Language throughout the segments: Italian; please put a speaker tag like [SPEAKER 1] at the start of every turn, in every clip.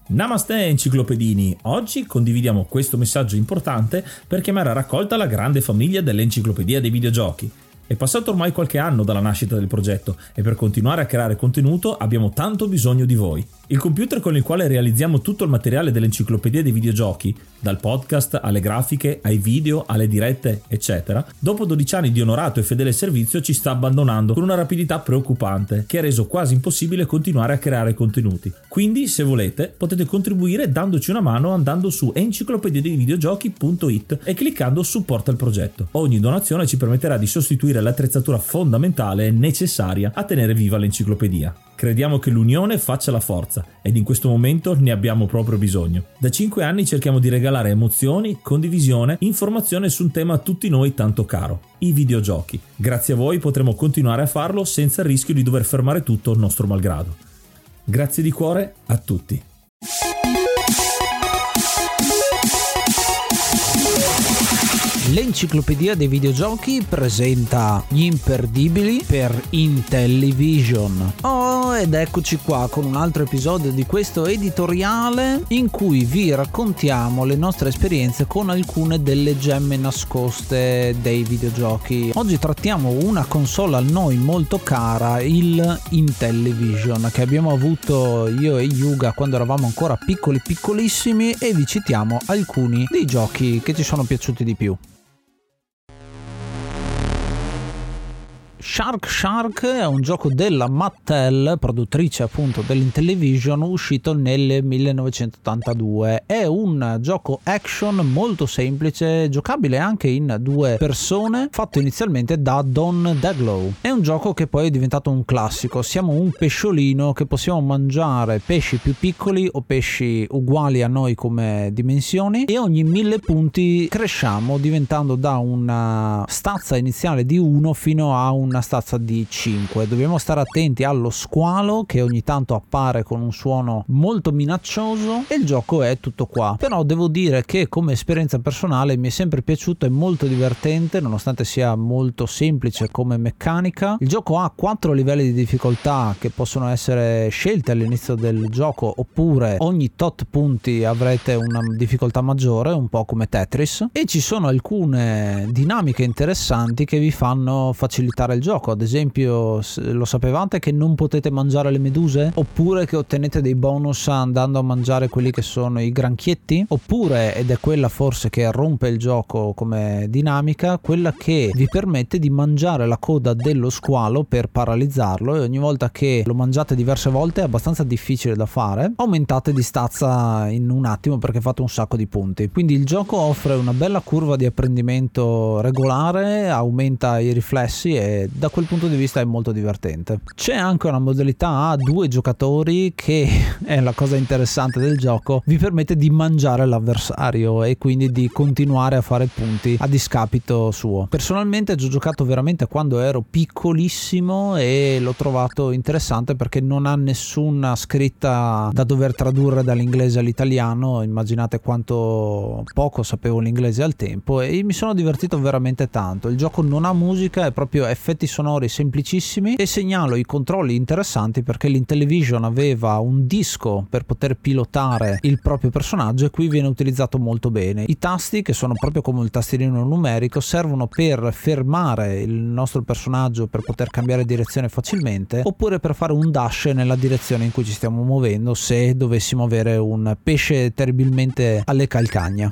[SPEAKER 1] Namaste enciclopedini, oggi condividiamo questo messaggio importante per chiamare a raccolta la grande famiglia dell'enciclopedia dei videogiochi. È passato ormai qualche anno dalla nascita del progetto e per continuare a creare contenuto abbiamo tanto bisogno di voi. Il computer con il quale realizziamo tutto il materiale dell'enciclopedia dei videogiochi, dal podcast alle grafiche, ai video, alle dirette, eccetera, dopo 12 anni di onorato e fedele servizio ci sta abbandonando con una rapidità preoccupante che ha reso quasi impossibile continuare a creare contenuti. Quindi, se volete, potete contribuire dandoci una mano andando su enciclopediadeivideogiochi.it e cliccando supporta il progetto. Ogni donazione ci permetterà di sostituire l'attrezzatura fondamentale e necessaria a tenere viva l'enciclopedia. Crediamo che l'unione faccia la forza ed in questo momento ne abbiamo proprio bisogno. Da 5 anni cerchiamo di regalare emozioni, condivisione, informazione su un tema a tutti noi tanto caro, i videogiochi. Grazie a voi potremo continuare a farlo senza il rischio di dover fermare tutto nostro malgrado. Grazie di cuore a tutti.
[SPEAKER 2] L'enciclopedia dei videogiochi presenta gli imperdibili per Intellivision. Ed eccoci qua con un altro episodio di questo editoriale in cui vi raccontiamo le nostre esperienze con alcune delle gemme nascoste dei videogiochi. Oggi trattiamo una console a noi molto cara, il Intellivision, che abbiamo avuto io e Yuga quando eravamo ancora piccolissimi, e vi citiamo alcuni dei giochi che ci sono piaciuti di più. Shark è un gioco della Mattel, produttrice appunto dell'Intellivision, uscito nel 1982. È un gioco action molto semplice, giocabile anche in 2 persone, fatto inizialmente da Don Daglow. È un gioco che poi è diventato un classico. Siamo un pesciolino che possiamo mangiare pesci più piccoli o pesci uguali a noi come dimensioni, e ogni 1000 punti cresciamo diventando da una stazza iniziale di 1 fino a una stazza di 5. Dobbiamo stare attenti allo squalo che ogni tanto appare con un suono molto minaccioso, e il gioco è tutto qua. Però devo dire che come esperienza personale mi è sempre piaciuto, è molto divertente nonostante sia molto semplice come meccanica. Il gioco ha 4 livelli di difficoltà che possono essere scelti all'inizio del gioco, oppure ogni tot punti avrete una difficoltà maggiore, un po' come Tetris, e ci sono alcune dinamiche interessanti che vi fanno facilitare il gioco. Ad esempio, lo sapevate che non potete mangiare le meduse? Oppure che ottenete dei bonus andando a mangiare quelli che sono i granchietti? Oppure, ed è quella forse che rompe il gioco come dinamica, quella che vi permette di mangiare la coda dello squalo per paralizzarlo, e ogni volta che lo mangiate diverse volte è abbastanza difficile da fare, aumentate di stazza in un attimo perché fate un sacco di punti. Quindi il gioco offre una bella curva di apprendimento regolare, aumenta i riflessi e da quel punto di vista è molto divertente. C'è anche una modalità a 2 giocatori che è la cosa interessante del gioco, vi permette di mangiare l'avversario e quindi di continuare a fare punti a discapito suo. Personalmente ci ho giocato veramente quando ero piccolissimo e l'ho trovato interessante perché non ha nessuna scritta da dover tradurre dall'inglese all'italiano. Immaginate quanto poco sapevo l'inglese al tempo, e mi sono divertito veramente tanto. Il gioco non ha musica, è proprio effetti sonori semplicissimi, e segnalo i controlli interessanti perché l'Intellivision aveva un disco per poter pilotare il proprio personaggio, e qui viene utilizzato molto bene. I tasti, che sono proprio come il tastierino numerico, servono per fermare il nostro personaggio per poter cambiare direzione facilmente, oppure per fare un dash nella direzione in cui ci stiamo muovendo se dovessimo avere un pesce terribilmente alle calcagna.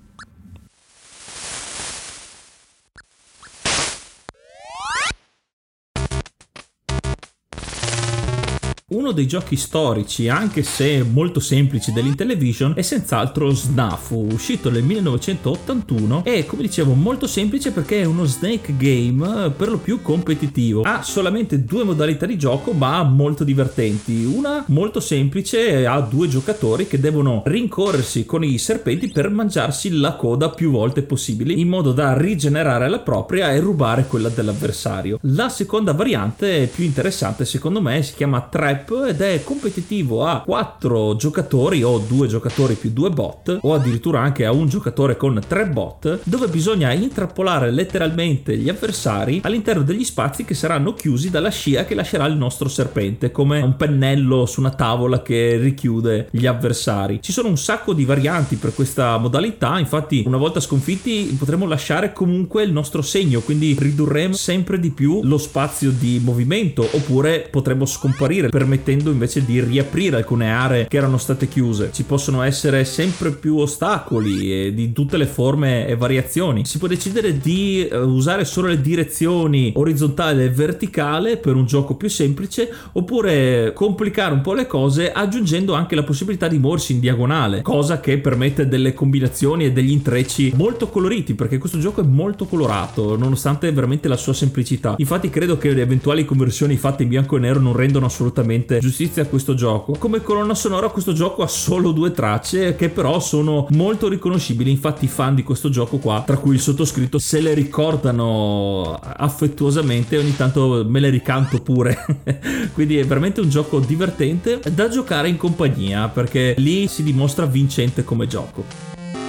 [SPEAKER 1] Uno dei giochi storici, anche se molto semplici, dell'Intellivision è senz'altro Snafu, uscito nel 1981, e come dicevo molto semplice perché è uno snake game per lo più competitivo. Ha solamente 2 modalità di gioco ma molto divertenti. Una molto semplice, ha 2 giocatori che devono rincorrersi con i serpenti per mangiarsi la coda più volte possibili in modo da rigenerare la propria e rubare quella dell'avversario. La seconda variante, più interessante secondo me, si chiama Trap, bot ed è competitivo a 4 giocatori o 2 giocatori più 2 bot, o addirittura anche a un giocatore con 3 bot, dove bisogna intrappolare letteralmente gli avversari all'interno degli spazi che saranno chiusi dalla scia che lascerà il nostro serpente, come un pennello su una tavola che richiude gli avversari. Ci sono un sacco di varianti per questa modalità, infatti una volta sconfitti potremo lasciare comunque il nostro segno, quindi ridurremo sempre di più lo spazio di movimento, oppure potremo scomparire permettendo invece di riaprire alcune aree che erano state chiuse. Ci possono essere sempre più ostacoli e di tutte le forme e variazioni. Si può decidere di usare solo le direzioni orizzontale e verticale per un gioco più semplice, oppure complicare un po' le cose aggiungendo anche la possibilità di muoversi in diagonale, cosa che permette delle combinazioni e degli intrecci molto coloriti, perché questo gioco è molto colorato nonostante veramente la sua semplicità. Infatti credo che le eventuali conversioni fatte in bianco e nero non rendono assolutamente giustizia a questo gioco. Come colonna sonora questo gioco ha solo 2 tracce che però sono molto riconoscibili, infatti i fan di questo gioco qua, tra cui il sottoscritto, se le ricordano affettuosamente, ogni tanto me le ricanto pure. Quindi è veramente un gioco divertente da giocare in compagnia, perché lì si dimostra vincente come gioco.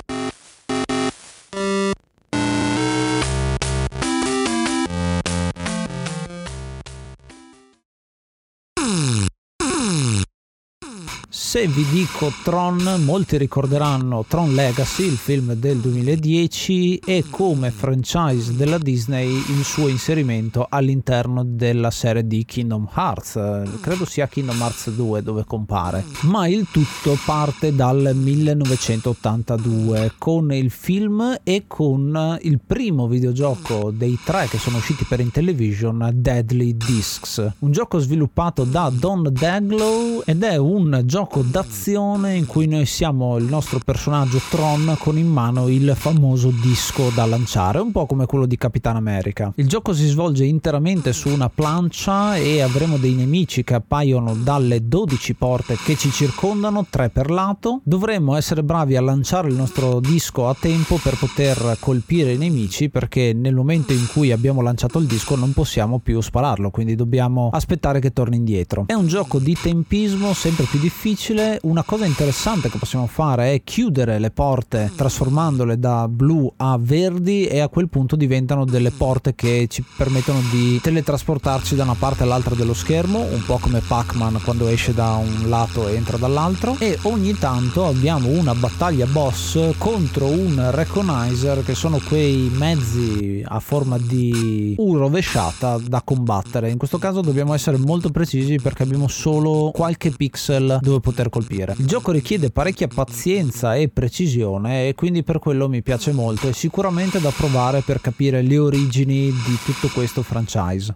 [SPEAKER 2] Se vi dico Tron, molti ricorderanno Tron Legacy, il film del 2010, e come franchise della Disney il suo inserimento all'interno della serie di Kingdom Hearts, credo sia Kingdom Hearts 2 dove compare, ma il tutto parte dal 1982 con il film e con il primo videogioco dei 3 che sono usciti per Intellivision, Deadly Discs, un gioco sviluppato da Don Daglow ed è un gioco d'azione in cui noi siamo il nostro personaggio Tron con in mano il famoso disco da lanciare, un po' come quello di Capitan America. Il gioco si svolge interamente su una plancia e avremo dei nemici che appaiono dalle 12 porte che ci circondano, 3 per lato. Dovremmo essere bravi a lanciare il nostro disco a tempo per poter colpire i nemici, perché nel momento in cui abbiamo lanciato il disco non possiamo più spararlo, quindi dobbiamo aspettare che torni indietro. È un gioco di tempismo sempre più difficile. Una cosa interessante che possiamo fare è chiudere le porte trasformandole da blu a verdi, e a quel punto diventano delle porte che ci permettono di teletrasportarci da una parte all'altra dello schermo, un po' come Pac-Man quando esce da un lato e entra dall'altro, e ogni tanto abbiamo una battaglia boss contro un recognizer, che sono quei mezzi a forma di U rovesciata da combattere. In questo caso dobbiamo essere molto precisi perché abbiamo solo qualche pixel dove poter colpire. Il gioco richiede parecchia pazienza e precisione, e quindi per quello mi piace molto, e sicuramente da provare per capire le origini di tutto questo franchise.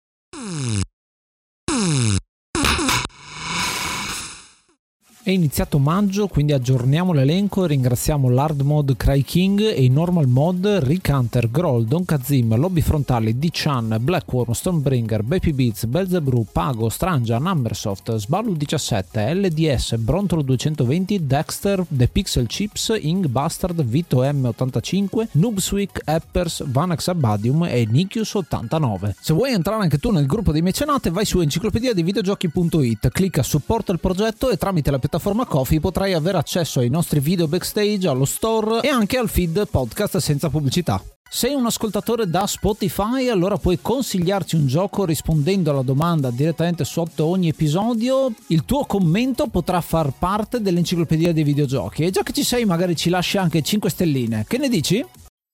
[SPEAKER 2] È iniziato maggio, quindi aggiorniamo l'elenco e ringraziamo l'Hard Mode Cry King e i Normal Mode Rick Hunter, Groll, Don Kazim, Lobby Frontali, D-Chan, Blackworm, Stonebringer, Baby Beats, Belzebrew, Pago, Strangia, Numbersoft, Sballu 17, LDS, Brontolo 220, Dexter, The Pixel Chips, Ing Bastard, Vito M85, Noobswick, Eppers, Vanax Abadium e Nikius 89. Se vuoi entrare anche tu nel gruppo dei mecenate, vai su enciclopedia dei videogiochi.it, clicca supporta il progetto e tramite la piattaforma Ko-fi potrai avere accesso ai nostri video backstage, allo store e anche al feed podcast senza pubblicità. Sei un ascoltatore da Spotify? Allora puoi consigliarci un gioco rispondendo alla domanda direttamente sotto ogni episodio. Il tuo commento potrà far parte dell'enciclopedia dei videogiochi, e già che ci sei magari ci lasci anche 5 stelline. Che ne dici?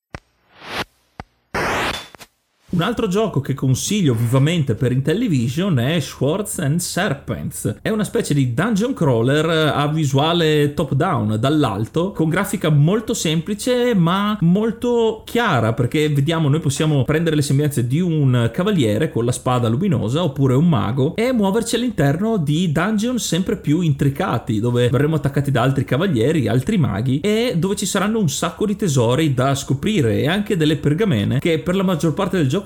[SPEAKER 1] Un altro gioco che consiglio vivamente per Intellivision è Swords and Serpents. È una specie di dungeon crawler a visuale top down dall'alto, con grafica molto semplice ma molto chiara, perché vediamo, noi possiamo prendere le sembianze di un cavaliere con la spada luminosa oppure un mago e muoverci all'interno di dungeon sempre più intricati, dove verremo attaccati da altri cavalieri, altri maghi, e dove ci saranno un sacco di tesori da scoprire e anche delle pergamene che per la maggior parte del gioco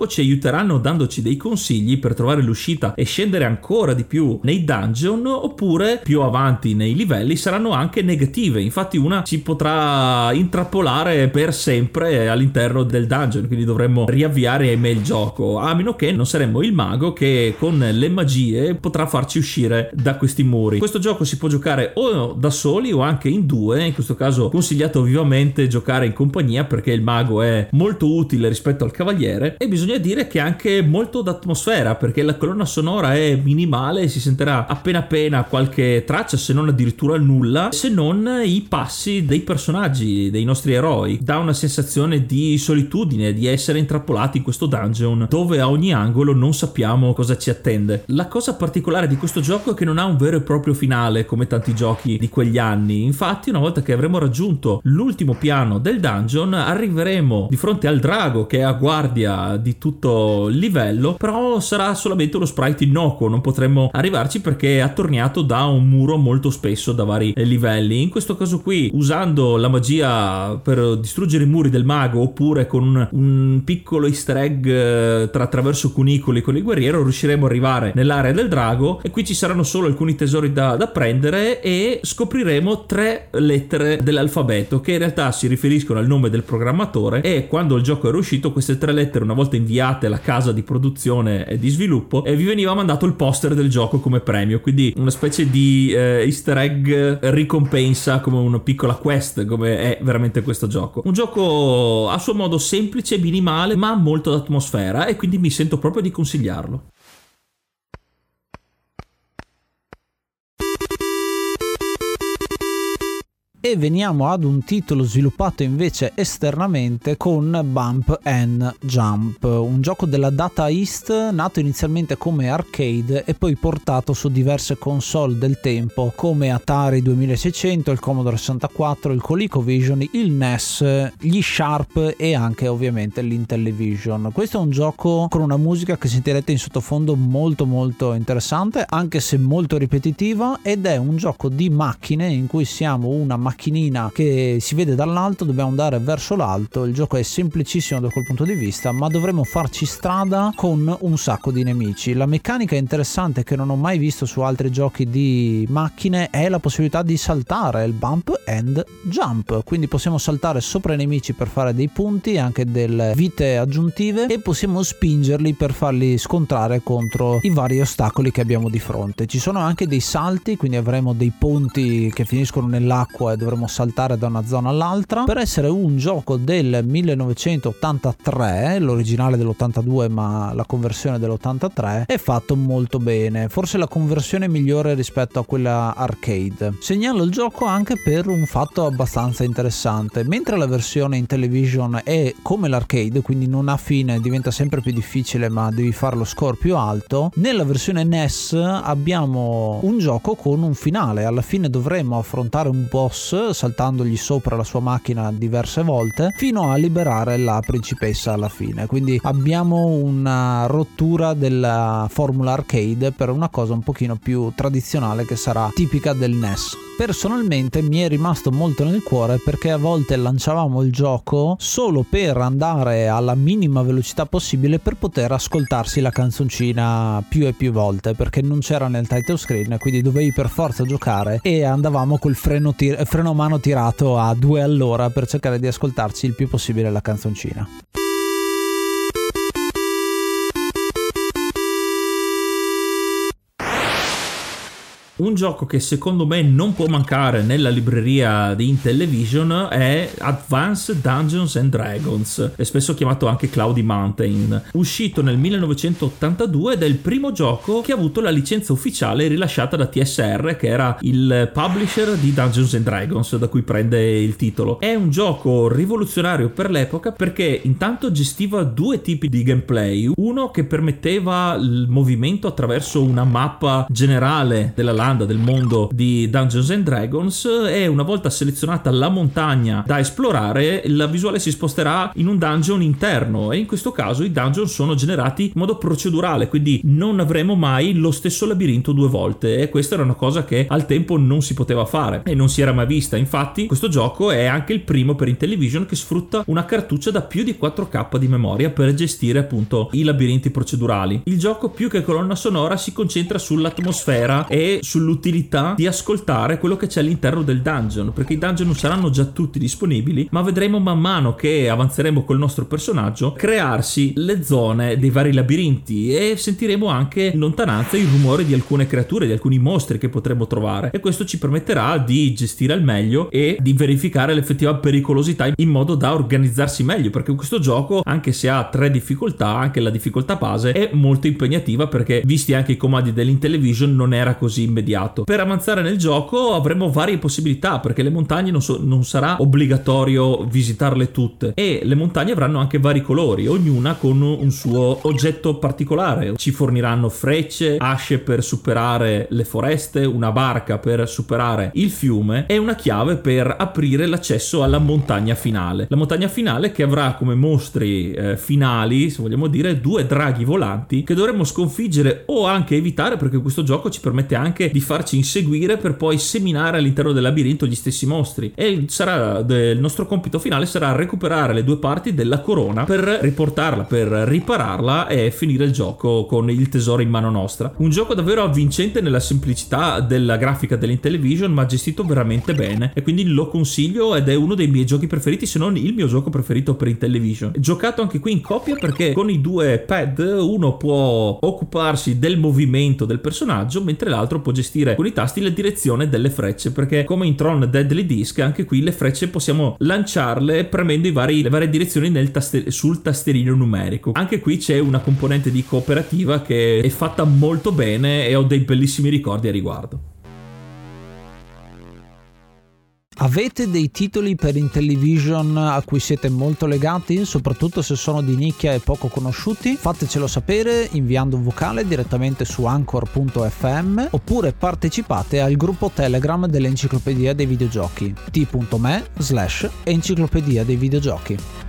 [SPEAKER 1] gioco ci aiuteranno dandoci dei consigli per trovare l'uscita e scendere ancora di più nei dungeon, oppure più avanti nei livelli saranno anche negative. Infatti una ci potrà intrappolare per sempre all'interno del dungeon, quindi dovremmo riavviare ahimè il gioco, a meno che non saremmo il mago che con le magie potrà farci uscire da questi muri. Questo gioco si può giocare o da soli o anche in due, in questo caso consigliato vivamente giocare in compagnia perché il mago è molto utile rispetto al cavaliere, e bisogna dire che è anche molto d'atmosfera perché la colonna sonora è minimale, si sentirà appena qualche traccia, se non addirittura nulla, se non i passi dei personaggi, dei nostri eroi. Dà una sensazione di solitudine, di essere intrappolati in questo dungeon dove a ogni angolo non sappiamo cosa ci attende. La cosa particolare di questo gioco è che non ha un vero e proprio finale come tanti giochi di quegli anni. Infatti una volta che avremo raggiunto l'ultimo piano del dungeon arriveremo di fronte al drago che è a guardia di tutto il livello, però sarà solamente uno sprite innocuo, non potremo arrivarci perché è attorniato da un muro molto spesso da vari livelli. In questo caso qui, usando la magia per distruggere i muri del mago oppure con un piccolo easter egg attraverso cunicoli con il guerriero, riusciremo ad arrivare nell'area del drago, e qui ci saranno solo alcuni tesori da prendere e scopriremo 3 lettere dell'alfabeto che in realtà si riferiscono al nome del programmatore, e quando il gioco era uscito queste 3 lettere, una volta inviate alla casa di produzione e di sviluppo, vi veniva mandato il poster del gioco come premio, quindi una specie di easter egg ricompensa, come una piccola quest, come è veramente questo gioco. Un gioco a suo modo semplice, minimale, ma molto d'atmosfera, e quindi mi sento proprio di consigliarlo.
[SPEAKER 2] E veniamo ad un titolo sviluppato invece esternamente con Bump and Jump, un gioco della Data East nato inizialmente come arcade e poi portato su diverse console del tempo come Atari 2600, il Commodore 64, il ColecoVision, il NES, gli Sharp e anche ovviamente l'Intellivision. Questo è un gioco con una musica che sentirete in sottofondo molto interessante, anche se molto ripetitiva, ed è un gioco di macchine in cui siamo una macchinina che si vede dall'alto, dobbiamo andare verso l'alto. Il gioco è semplicissimo da quel punto di vista, ma dovremo farci strada con un sacco di nemici. La meccanica interessante che non ho mai visto su altri giochi di macchine è la possibilità di saltare, il bump and jump, quindi possiamo saltare sopra i nemici per fare dei punti, anche delle vite aggiuntive, e possiamo spingerli per farli scontrare contro i vari ostacoli che abbiamo di fronte. Ci sono anche dei salti, quindi avremo dei ponti che finiscono nell'acqua e dovremo saltare da una zona all'altra. Per essere un gioco del 1983, l'originale dell'82 ma la conversione dell'83, è fatto molto bene, forse la conversione migliore rispetto a quella arcade. Segnalo il gioco anche per un fatto abbastanza interessante: mentre la versione in television è come l'arcade, quindi non ha fine, diventa sempre più difficile ma devi fare lo score più alto, nella versione NES abbiamo un gioco con un finale. Alla fine dovremo affrontare un boss saltandogli sopra la sua macchina diverse volte fino a liberare la principessa alla fine, quindi abbiamo una rottura della formula arcade per una cosa un pochino più tradizionale che sarà tipica del NES. Personalmente mi è rimasto molto nel cuore perché a volte lanciavamo il gioco solo per andare alla minima velocità possibile per poter ascoltarsi la canzoncina più e più volte, perché non c'era nel title screen, quindi dovevi per forza giocare e andavamo col freno a mano tirato a 2 all'ora per cercare di ascoltarci il più possibile la canzoncina.
[SPEAKER 1] Un gioco che secondo me non può mancare nella libreria di Intellivision è Advanced Dungeons and Dragons, è spesso chiamato anche Cloudy Mountain, uscito nel 1982 ed è il primo gioco che ha avuto la licenza ufficiale rilasciata da TSR, che era il publisher di Dungeons and Dragons da cui prende il titolo. È un gioco rivoluzionario per l'epoca perché intanto gestiva 2 tipi di gameplay: uno che permetteva il movimento attraverso una mappa generale della propaganda del mondo di Dungeons and Dragons, e una volta selezionata la montagna da esplorare, la visuale si sposterà in un dungeon interno, e in questo caso i dungeon sono generati in modo procedurale, quindi non avremo mai lo stesso labirinto 2 volte, e questa era una cosa che al tempo non si poteva fare e non si era mai vista. Infatti questo gioco è anche il primo per Intellivision che sfrutta una cartuccia da più di 4K di memoria per gestire appunto i labirinti procedurali. Il gioco, più che colonna sonora, si concentra sull'atmosfera e sull'utilità di ascoltare quello che c'è all'interno del dungeon, perché i dungeon non saranno già tutti disponibili, ma vedremo man mano che avanzeremo col nostro personaggio crearsi le zone dei vari labirinti, e sentiremo anche in lontananza il rumore di alcune creature, di alcuni mostri che potremo trovare, e questo ci permetterà di gestire al meglio e di verificare l'effettiva pericolosità in modo da organizzarsi meglio, perché questo gioco, anche se ha 3 difficoltà, anche la difficoltà base è molto impegnativa, perché visti anche i comandi dell'Intellivision non era così immediato. Per avanzare nel gioco avremo varie possibilità, perché le montagne non sarà obbligatorio visitarle tutte, e le montagne avranno anche vari colori, ognuna con un suo oggetto particolare. Ci forniranno frecce, asce per superare le foreste, una barca per superare il fiume e una chiave per aprire l'accesso alla montagna finale. La montagna finale che avrà come mostri finali, se vogliamo dire, 2 draghi volanti che dovremo sconfiggere o anche evitare, perché questo gioco ci permette anche di farci inseguire per poi seminare all'interno del labirinto gli stessi mostri, e il nostro compito finale sarà recuperare le 2 parti della corona per riportarla, per ripararla e finire il gioco con il tesoro in mano nostra. Un gioco davvero avvincente nella semplicità della grafica dell'Intellivision, ma gestito veramente bene, e quindi lo consiglio, ed è uno dei miei giochi preferiti, se non il mio gioco preferito per Intellivision. Giocato anche qui in coppia, perché con i 2 pad uno può occuparsi del movimento del personaggio mentre l'altro può gestire con i tasti la direzione delle frecce, perché come in Tron Deadly Disc anche qui le frecce possiamo lanciarle premendo le varie direzioni sul tasterino numerico. Anche qui c'è una componente di cooperativa che è fatta molto bene e ho dei bellissimi ricordi a riguardo.
[SPEAKER 2] Avete dei titoli per Intellivision a cui siete molto legati, soprattutto se sono di nicchia e poco conosciuti? Fatecelo sapere inviando un vocale direttamente su anchor.fm, oppure partecipate al gruppo Telegram dell'Enciclopedia dei Videogiochi, t.me/Enciclopedia dei Videogiochi.